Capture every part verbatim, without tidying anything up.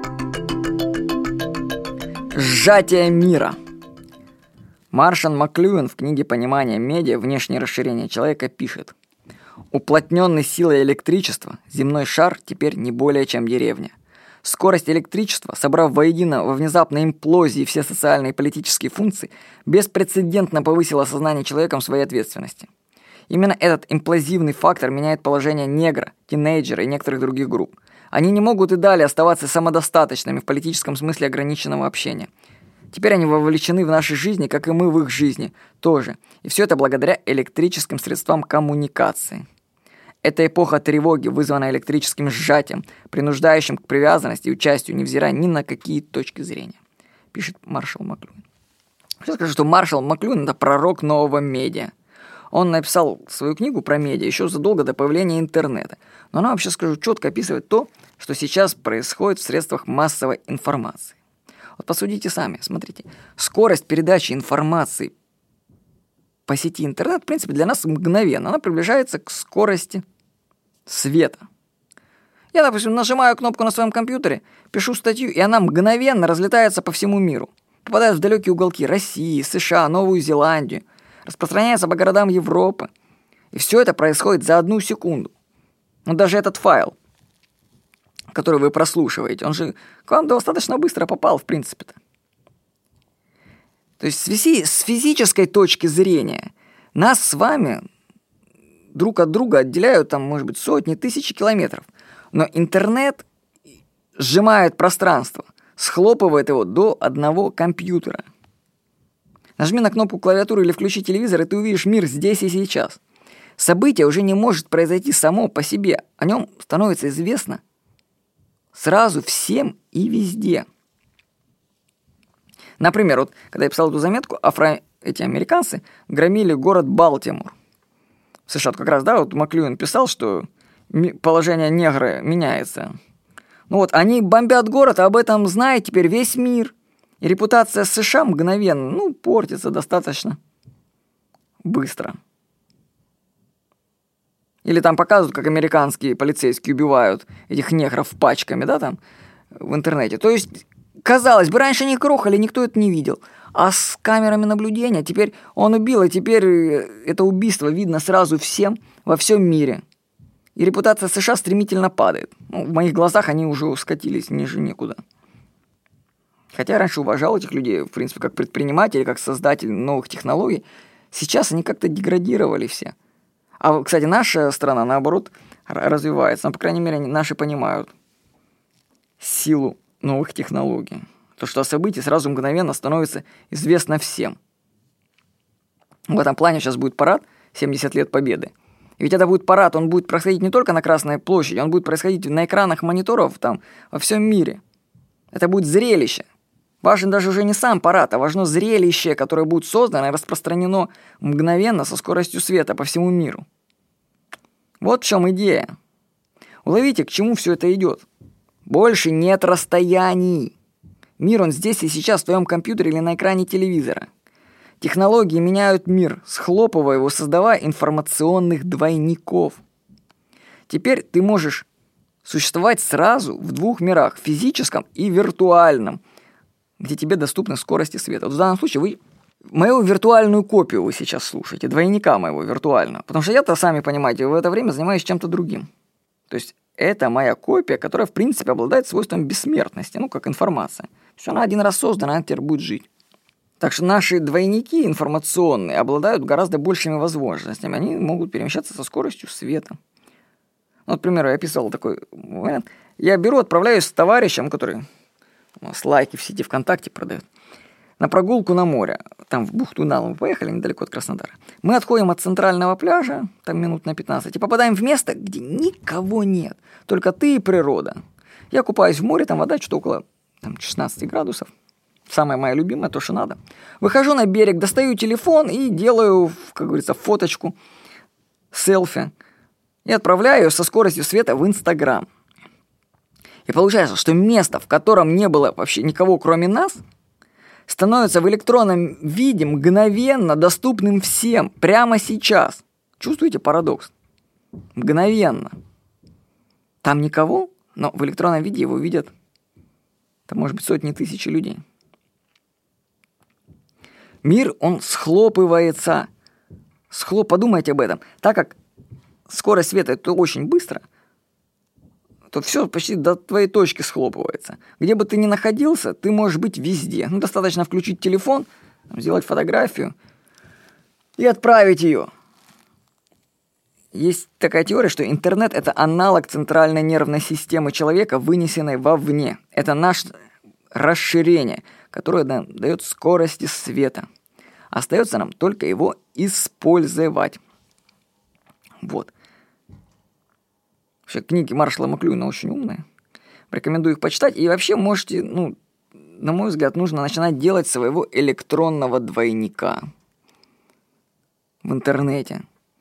Сжатие мира. Маршан Маклюэн в книге «Понимание медиа. Внешнее расширение человека» пишет: уплотненный силой электричества земной шар теперь не более чем деревня. Скорость электричества, собрав воедино во внезапной имплозии все социальные и политические функции, беспрецедентно повысила сознание человеком своей ответственности. Именно этот имплозивный фактор меняет положение негра, тинейджера и некоторых других групп. Они не могут и далее оставаться самодостаточными в политическом смысле ограниченного общения. Теперь они вовлечены в наши жизни, как и мы в их жизни тоже. И все это благодаря электрическим средствам коммуникации. Это эпоха тревоги, вызванная электрическим сжатием, принуждающим к привязанности и участию, невзирая ни на какие точки зрения, пишет Маршал Маклюэн. Я скажу, что Маршал Маклюэн – это пророк нового медиа. Он написал свою книгу про медиа еще задолго до появления интернета. Но она, вообще скажу, четко описывает то, что сейчас происходит в средствах массовой информации. Вот посудите сами, смотрите. Скорость передачи информации по сети интернет, в принципе, для нас мгновенно. Она приближается к скорости света. Я, допустим, нажимаю кнопку на своем компьютере, пишу статью, и она мгновенно разлетается по всему миру. Попадает в далекие уголки России, США, Новую Зеландию. Распространяется по городам Европы. И все это происходит за одну секунду. Но даже этот файл, который вы прослушиваете, он же к вам достаточно быстро попал, в принципе-то. То есть с, физи- с физической точки зрения нас с вами друг от друга отделяют, там, может быть, сотни, тысячи километров. Но интернет сжимает пространство, схлопывает его до одного компьютера. Нажми на кнопку клавиатуры или включи телевизор, и ты увидишь мир здесь и сейчас. Событие уже не может произойти само по себе. О нем становится известно сразу всем и везде. Например, вот когда я писал эту заметку, афро... эти американцы громили город Балтимор. В США как раз, да, вот Маклюэн писал, что положение негра меняется. Ну вот, они бомбят город, а об этом знает теперь весь мир. И репутация США мгновенно, ну, портится достаточно быстро. Или там показывают, как американские полицейские убивают этих негров пачками, да, там, в интернете. То есть, казалось бы, раньше не крохали, никто это не видел. А с камерами наблюдения теперь он убил, и теперь это убийство видно сразу всем во всем мире. И репутация США стремительно падает. Ну, в моих глазах они уже скатились ниже некуда. Хотя я раньше уважал этих людей, в принципе, как предпринимателей, как создателей новых технологий. Сейчас они как-то деградировали все. А, кстати, наша страна, наоборот, развивается. Но, по крайней мере, наши понимают силу новых технологий. То, что о событии сразу мгновенно становится известно всем. В этом плане сейчас будет парад семьдесят лет Победы. И ведь это будет парад, он будет происходить не только на Красной площади, он будет происходить на экранах мониторов там, во всем мире. Это будет зрелище. Важен даже уже не сам парад, а важно зрелище, которое будет создано и распространено мгновенно со скоростью света по всему миру. Вот в чем идея. Уловите, к чему все это идет. Больше нет расстояний. Мир, он здесь и сейчас в твоем компьютере или на экране телевизора. Технологии меняют мир, схлопывая его, создавая информационных двойников. Теперь ты можешь существовать сразу в двух мирах, физическом и виртуальном, где тебе доступны скорости света. Вот в данном случае вы мою виртуальную копию вы сейчас слушаете, двойника моего виртуального. Потому что я-то, сами понимаете, в это время занимаюсь чем-то другим. То есть это моя копия, которая, в принципе, обладает свойством бессмертности, ну, как информация. То есть она один раз создана, она теперь будет жить. Так что наши двойники информационные обладают гораздо большими возможностями. Они могут перемещаться со скоростью света. Ну, вот, к примеру, я писал такой момент. Я беру, отправляюсь с товарищем, который у нас лайки в сети ВКонтакте продает, на прогулку на море. Там в бухту Нал мы поехали, недалеко от Краснодара. Мы отходим от центрального пляжа, там минут на пятнадцать, и попадаем в место, где никого нет. Только ты и природа. Я купаюсь в море, там вода что-то около там, шестнадцать градусов. Самое мое любимое, то, что надо. Выхожу на берег, достаю телефон и делаю, как говорится, фоточку, селфи. И отправляю ее со скоростью света в Инстаграм. И получается, что место, в котором не было вообще никого, кроме нас, становится в электронном виде мгновенно доступным всем, прямо сейчас. Чувствуете парадокс? Мгновенно. Там никого, но в электронном виде его видят Это может быть сотни тысяч людей. Мир, он схлопывается. Схлоп, подумайте об этом. Так как скорость света это очень быстро, то все почти до твоей точки схлопывается. Где бы ты ни находился, ты можешь быть везде. Ну, достаточно включить телефон, сделать фотографию и отправить ее. Есть такая теория, что интернет – это аналог центральной нервной системы человека, вынесенной вовне. Это наше расширение, которое дает скорости света. Остается нам только его использовать. Вот. Вообще, книги Маршала Маклюина очень умные. Рекомендую их почитать. И вообще можете, ну, на мой взгляд, нужно начинать делать своего электронного двойника в интернете.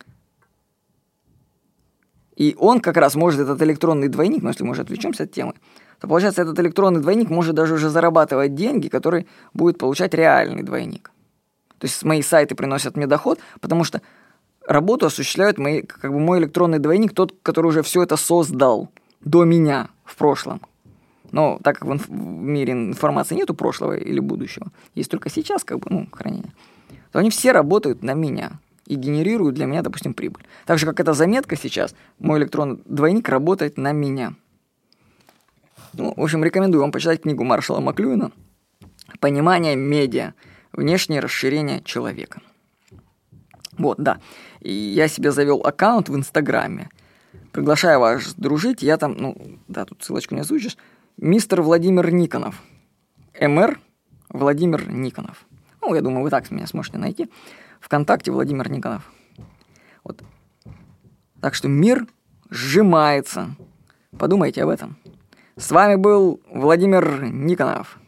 И он как раз может, этот электронный двойник, ну, если мы уже отвлечемся от темы, то, получается, этот электронный двойник может даже уже зарабатывать деньги, которые будет получать реальный двойник. То есть мои сайты приносят мне доход, потому что работу осуществляют мои, как бы мой электронный двойник, тот, который уже все это создал до меня в прошлом. Но так как в, инф- в мире информации нету прошлого или будущего, есть только сейчас, как бы, ну, хранение, то они все работают на меня и генерируют для меня, допустим, прибыль. Так же, как эта заметка сейчас, мой электронный двойник работает на меня. Ну, в общем, рекомендую вам почитать книгу Маршала Маклюина «Понимание медиа. Внешнее расширение человека». Вот, да. И я себе завел аккаунт в Инстаграме. Приглашаю вас дружить. Я там, ну, да, тут ссылочку не озвучишь. Мистер Владимир Никонов. МР Владимир Никонов. Ну, я думаю, вы так меня сможете найти. ВКонтакте Владимир Никонов. Вот. Так что мир сжимается. Подумайте об этом. С вами был Владимир Никонов.